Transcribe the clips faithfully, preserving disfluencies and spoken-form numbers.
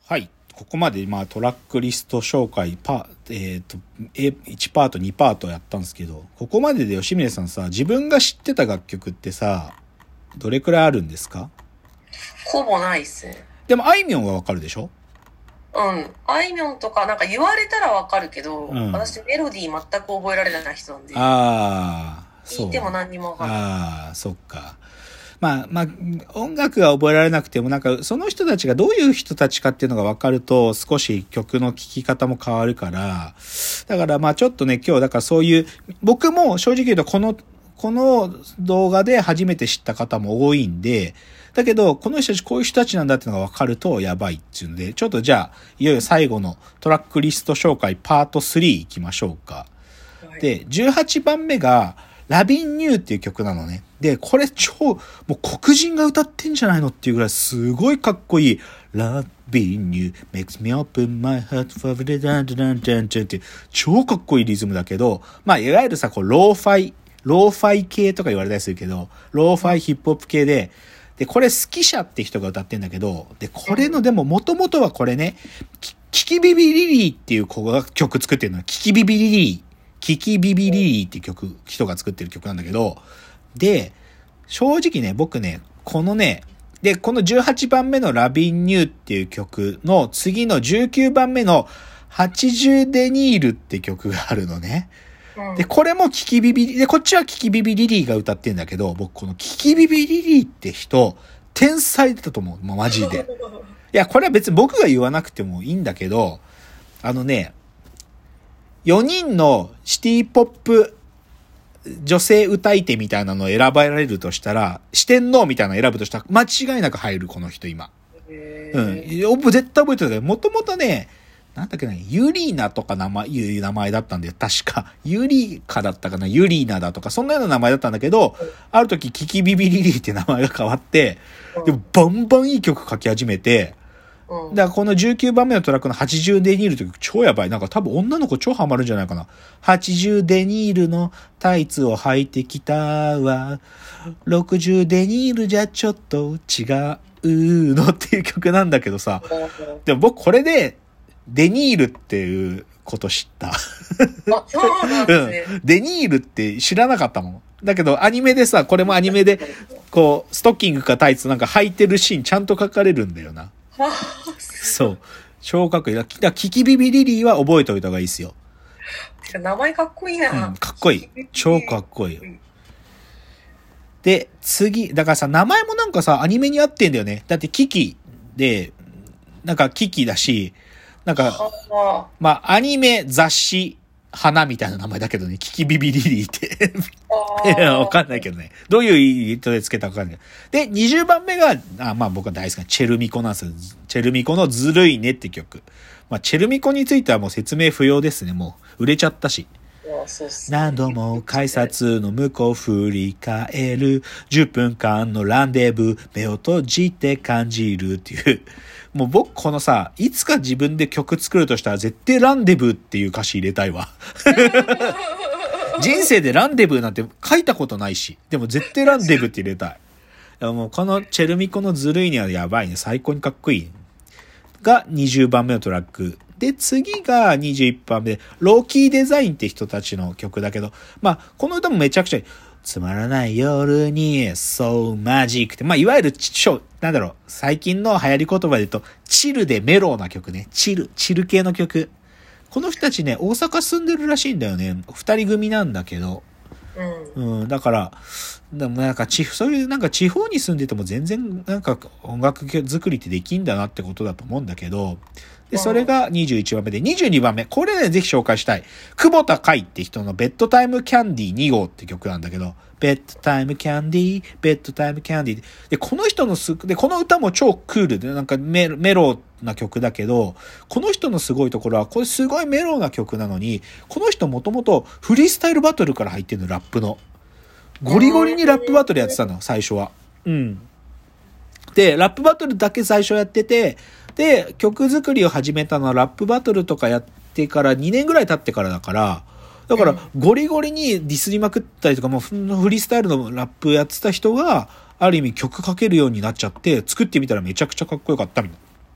はい。ここまで、まあ、トラックリスト紹介、パ、えっと、いちパート、にパートやったんですけど、ここまでで吉峰さんさ、自分が知ってた楽曲ってさ、どれくらいあるんですか？ ほぼないっすね。 でも、あいみょんはわかるでしょ？ うん。あいみょんとか、なんか言われたらわかるけど、 うん。 私メロディー全く覚えられない人なんで、 ああ、そう。 聞いても何にもわかんない。 ああ、そっか。まあまあ、音楽が覚えられなくても、なんかその人たちがどういう人たちかっていうのが分かると、少し曲の聴き方も変わるから、だからまあちょっとね、今日だからそういう、僕も正直言うとこの、この動画で初めて知った方も多いんで、だけど、この人たちこういう人たちなんだっていうのが分かるとやばいっていうので、ちょっとじゃあ、いよいよ最後のトラックリスト紹介パートスリー行きましょうか。 はい、 で、じゅうはちばんめが、ラビンニューっていう曲なのね。で、これ超、もう黒人が歌ってんじゃないのっていうぐらいすごいかっこいい。ラビンニュー makes me open my heart for the dun dun dun dun って超かっこいいリズムだけど、まあ、いわゆるさ、こう、ローファイ、ローファイ系とか言われたりするけど、ローファイヒップホップ系で、で、これスキシャって人が歌ってんだけど、で、これのでも元々はこれね、キキビビリリーっていう子が曲作ってるの。キキビビリリー。キキビビリリーっていう曲、人が作ってる曲なんだけど、で、正直ね、僕ね、このね、で、このじゅうはちばんめのラビンニューっていう曲の次のじゅうきゅうばんめのはちじゅうデニールって曲があるのね。で、これもキキビビリ、で、こっちはキキビビリリーが歌ってんだけど、僕このキキビビリリーって人、天才だと思う。もうマジで。いや、これは別に僕が言わなくてもいいんだけど、あのね、よにんのシティポップ女性歌い手みたいなのを選ばれるとしたら、四天王みたいなのを選ぶとしたら、間違いなく入る、この人今。うん。絶対覚えてるけど、もともとね、なんだっけな、ユリーナとか名前、いう名前だったんだよ。確か。ユリカだったかな、ユリーナだとか、そんなような名前だったんだけど、ある時、キキビビリリーって名前が変わって、でもバンバンいい曲書き始めて、だからこのじゅうきゅうばんめのトラックのはちじゅうデニールという曲超やばい。なんか多分女の子超ハマるんじゃないかな。はちじゅうデニールのタイツを履いてきたわ。ろくじゅうデニールじゃちょっと違うのっていう曲なんだけどさ。でも僕これでデニールっていうこと知った。 あ、そうなんですね。 うん。デニールって知らなかったもん。だけどアニメでさ、これもアニメでこうストッキングかタイツなんか履いてるシーンちゃんと書かれるんだよな。そう。超かっこいい。だからキキビビリリーは覚えておいた方がいいですよ。 名前かっこいいな。 うん、かっこいい。超かっこいい。で、次、だからさ、名前もなんかさ、アニメに合ってんだよね。だってキキで、なんかキキだし、なんか、まあ、アニメ、雑誌、花みたいな名前だけどね、キキビビリリーってわかんないけどね。どういう意図でつけたかわかんない。で、にじゅうばんめが、あまあ僕は大好きなチェルミコなんですよ。チェルミコのずるいねって曲。まあ、チェルミコについてはもう説明不要ですね。もう売れちゃったし。何度も改札の向こう振り返るじゅっぷんかんのランデブー目を閉じて感じるっていうもう僕このさいつか自分で曲作るとしたら絶対ランデブーっていう歌詞入れたいわ人生でランデブーなんて書いたことないしでも絶対ランデブーって入れたい。でももうこのチェルミコのずるいにはやばいね。最高にかっこいいがにじゅうばんめのトラックで、次がにじゅういちばんめで、ローキーデザインって人たちの曲だけど、まあ、この歌もめちゃくちゃいい。つまらない夜に、そうマジックって、まあ、いわゆる、ちょ、なんだろう、最近の流行り言葉で言うと、チルでメローな曲ね。チル、チル系の曲。この人たちね、大阪住んでるらしいんだよね。二人組なんだけど。うん、うん、だから、でもなんか地、そういうなんか地方に住んでても全然なんか音楽作りってできんだなってことだと思うんだけど、で、それがにじゅういちばんめで、にじゅうにばんめ。これね、ぜひ紹介したい。久保田海って人のベッドタイムキャンディーに号って曲なんだけど、ベッドタイムキャンディー、ベッドタイムキャンディー。で、この人のす、で、この歌も超クールで、なんかメメロな曲だけど、この人のすごいところは、これすごいメロな曲なのに、この人もともとフリースタイルバトルから入ってるの、ラップの。ゴリゴリにラップバトルやってたの、最初は。うん。で、ラップバトルだけ最初やってて、で、曲作りを始めたのはラップバトルとかやってからにねんぐらい経ってからだから、だからゴリゴリにディスりまくったりとか、もうフリースタイルのラップやってた人が、ある意味曲書けるようになっちゃって、作ってみたらめちゃくちゃかっこよかったみたいな。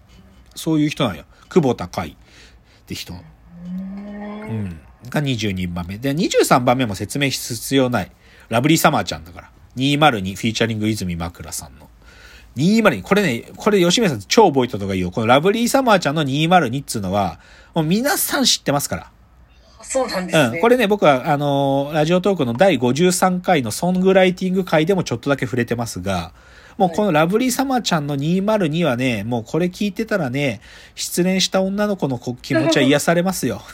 そういう人なんよ。久保田海って人。うん。がにじゅうにばんめ。で、にじゅうさんばんめも説明必要ない。ラブリーサマーちゃんだから。にひゃくにフィーチャリング泉枕さんの。にひゃくに、これね、これ吉見さん超覚えたのがいいよ。このラブリーサマーちゃんのにひゃくにっつうのは、もう皆さん知ってますから。 そうなんですね。 うん。これね、僕は、あのー、ラジオトークのだいごじゅうさんかいのソングライティング回でもちょっとだけ触れてますが、もうこのラブリーサマーちゃんのにひゃくにはね、もうこれ聞いてたらね、失恋した女の子の気持ちは癒されますよ。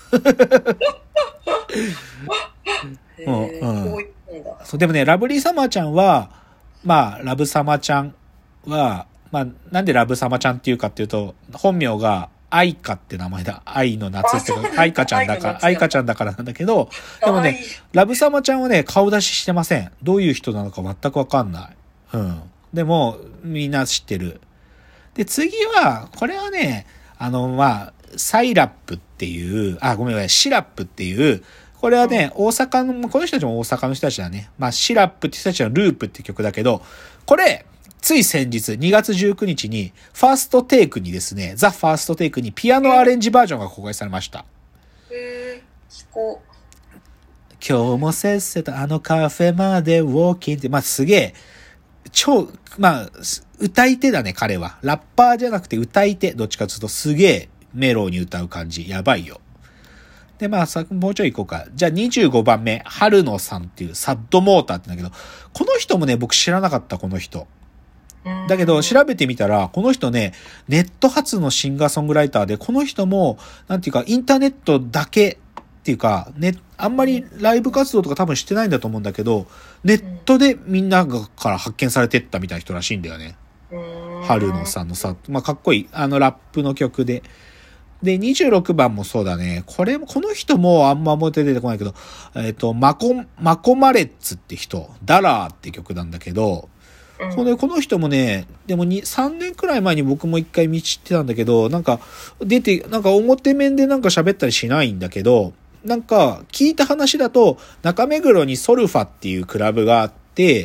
もう、うん。そう、でもね、ラブリーサマーちゃんは、まあ、ラブサマちゃんは、まあ、なんでラブサマちゃんっていうかっていうと、本名が、愛花って名前だ。愛の夏っていうか、愛花ちゃんだから、愛花ちゃんだからなんだけど、でもね、ラブサマちゃんはね、顔出ししてません。どういう人なのか全くわかんない。うん。でも、みんな知ってる。で、次は、これはね、あの、まあ、サイラップっていう、あ、ごめんごめん、シラップっていう、これはね、大阪の、この人たちも大阪の人たちだね。まあ、シラップって人たちのループって曲だけど、これ、つい先日、にがつじゅうくにちに、ファーストテイクにですね、ザ・ファーストテイクにピアノアレンジバージョンが公開されました。 へー、聞こう。 今日もせっせとあのカフェまでウォーキンって、まあ、すげえ、超、まあ、歌い手だね、彼は。ラッパーじゃなくて歌い手、どっちかというとすげえメロウに歌う感じ。やばいよ。で、まあ、さ、もうちょい行こうか。じゃあにじゅうごばんめ、春野さんっていうサッドモーターって言うんだけど、この人もね、僕知らなかった、この人。だけど、調べてみたら、この人ね、ネット発のシンガーソングライターで、この人も、なんていうか、インターネットだけっていうか、ね、あんまりライブ活動とか多分してないんだと思うんだけど、ネットでみんなから発見されてったみたいな人らしいんだよね。春野さんのさ、まあ、かっこいい、あの、ラップの曲で。で、にじゅうろくばんもそうだね。これも、この人もあんま表出てこないけど、えっと、マコ、マコマレッツって人、ダラーって曲なんだけど、この、この人もね、でもに、さんねんくらい前に僕も一回見知ってたんだけど、なんか、出て、なんか表面でなんか喋ったりしないんだけど、なんか、聞いた話だと、中目黒にソルファっていうクラブがあって、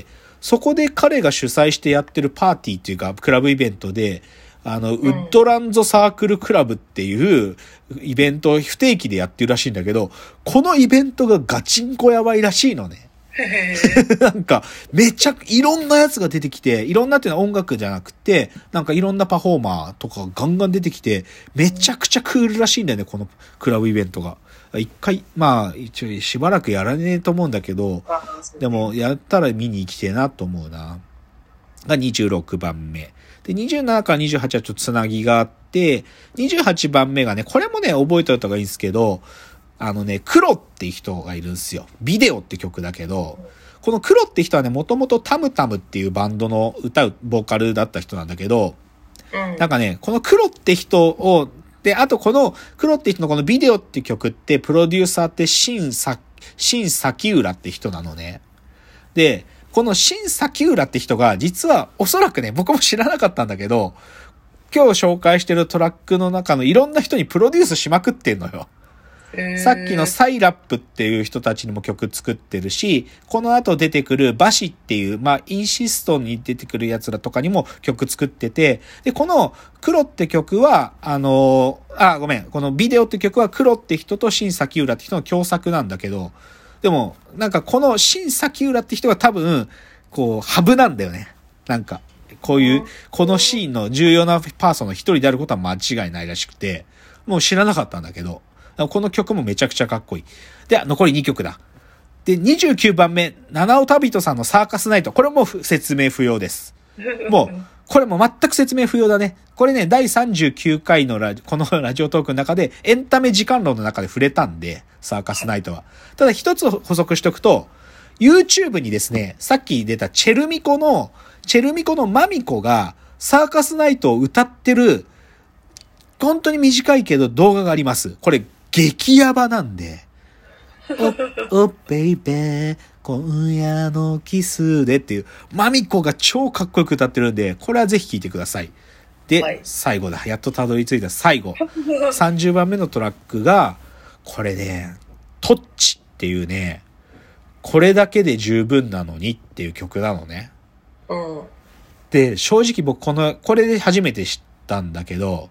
そこで彼が主催してやってるパーティーっていうか、クラブイベントで、あの、ウッドランドサークルクラブっていうイベントを不定期でやってるらしいんだけど、このイベントがガチンコやばいらしいのね。なんか、めちゃく、いろんなやつが出てきて、いろんなっていうのは音楽じゃなくて、なんかいろんなパフォーマーとかガンガン出てきて、めちゃくちゃクールらしいんだよね、このクラブイベントが。一回、まあ、一応しばらくやらねえと思うんだけど、でも、やったら見に行きてえなと思うな。がにじゅうろくばんめ。で、にじゅうななからにじゅうはちはちょっとつなぎがあって、にじゅうはちばんめがね、これもね、覚えておいた方がいいんですけど、あのね、黒って人がいるんですよ。ビデオって曲だけど、この黒って人はね、もともとタムタムっていうバンドの歌う、ボーカルだった人なんだけど、なんかね、この黒って人を、で、あとこの黒って人のこのビデオって曲ってプロデューサーって新さ、新崎浦って人なのね。で、この新崎浦って人が実はおそらくね、僕も知らなかったんだけど、今日紹介してるトラックの中のいろんな人にプロデュースしまくってんのよ。さっきのサイラップっていう人たちにも曲作ってるし、この後出てくるバシっていう、まあ、インシストに出てくる奴らとかにも曲作ってて、で、この黒って曲は、あのー、あ、ごめん、このビデオって曲は黒って人と新崎浦って人の共作なんだけど、でも、なんかこの新崎浦って人が多分、こう、ハブなんだよね。なんか、こういう、このシーンの重要なパーソンの一人であることは間違いないらしくて、もう知らなかったんだけど、この曲もめちゃくちゃかっこいい。では、残りにきょくだ。で、にじゅうきゅうばんめ、七尾旅人さんのサーカスナイト。これも説明不要です。もう、これも全く説明不要だね。これね、だいさんじゅうきゅうかいのラジ、このラジオトークの中で、エンタメ時間論の中で触れたんで、サーカスナイトは。ただ一つ補足しておくと、YouTube にですね、さっき出たチェルミコの、チェルミコのマミコが、サーカスナイトを歌ってる、本当に短いけど動画があります。これ、激ヤバなんで。お、お、ベイベー、今夜のキスでっていう、マミコが超かっこよく歌ってるんで、これはぜひ聴いてください。で、はい、最後だ。やっとたどり着いた最後。さんじゅうばんめのトラックが、これね、トッチっていうね、これだけで十分なのにっていう曲なのね。 うん、 で、正直僕この、これで初めて知ったんだけど、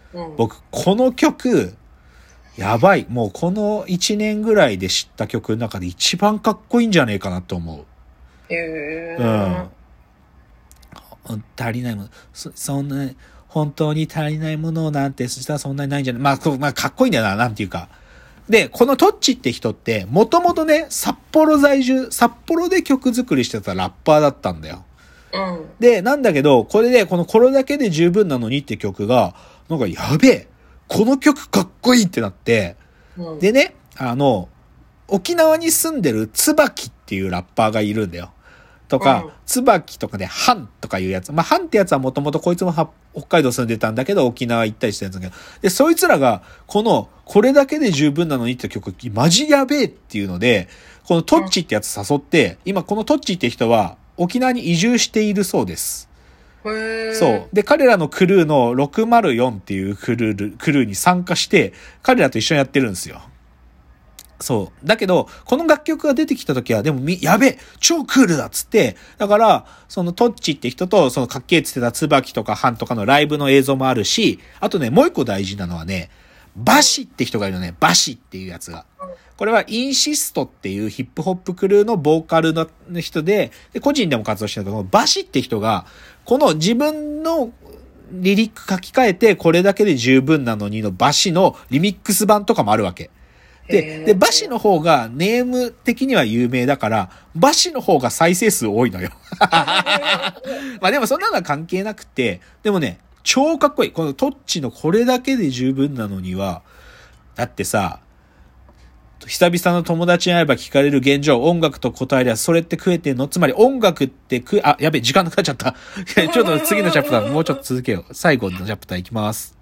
うん、 僕、この曲、やばい。もうこのいちねんぐらいで知った曲の中で一番かっこいいんじゃねえかなと思う。 へー。 うん。足りないもの。そ、そんな、本当に足りないものなんて、そしたらそんなにないんじゃない。まあ、まあ、かっこいいんだよな、なんていうか。で、このトッチって人って、もともとね、札幌在住、札幌で曲作りしてたラッパーだったんだよ。 うん。 で、なんだけど、これで、このこれだけで十分なのにって曲が、なんかやべえ、この曲かっこいいってなって、 うん、 でね、あの、沖縄に住んでる椿っていうラッパーがいるんだよ。とか、うん、椿とかで、ハンとかいうやつ。まあ、ハンってやつはもともとこいつも北海道住んでたんだけど、沖縄行ったりしてるんだけど。で、そいつらが、この、これだけで十分なのにって曲、マジやべえっていうので、このトッチってやつ誘って、うん、今このトッチって人は、沖縄に移住しているそうです。 へー。 そう。で、彼らのクルーのろくまるよんっていうクルー、クルーに参加して、彼らと一緒にやってるんですよ。そう。だけど、この楽曲が出てきた時は、でもみ、やべえ超クールだっつって、だから、そのトッチって人と、そのかっけえっつってた椿とかハンとかのライブの映像もあるし、あとね、もう一個大事なのはね、バシって人がいるのね、バシっていうやつが。これはインシストっていうヒップホップクルーのボーカルの人で、で個人でも活動してるけど、バシって人が、この自分のリリック書き換えて、これだけで十分なのにのバシのリミックス版とかもあるわけ。で、で、バシの方がネーム的には有名だから、バシの方が再生数多いのよ。まあでもそんなのは関係なくて、でもね、超かっこいい。このトッチのこれだけで十分なのには、だってさ、久々の友達に会えば聞かれる現状、音楽と答えりゃそれって食えてんの？つまり音楽って食え、あ、やべえ、時間なくなっちゃった。ちょっと次のチャプター、もうちょっと続けよう。最後のチャプターいきます。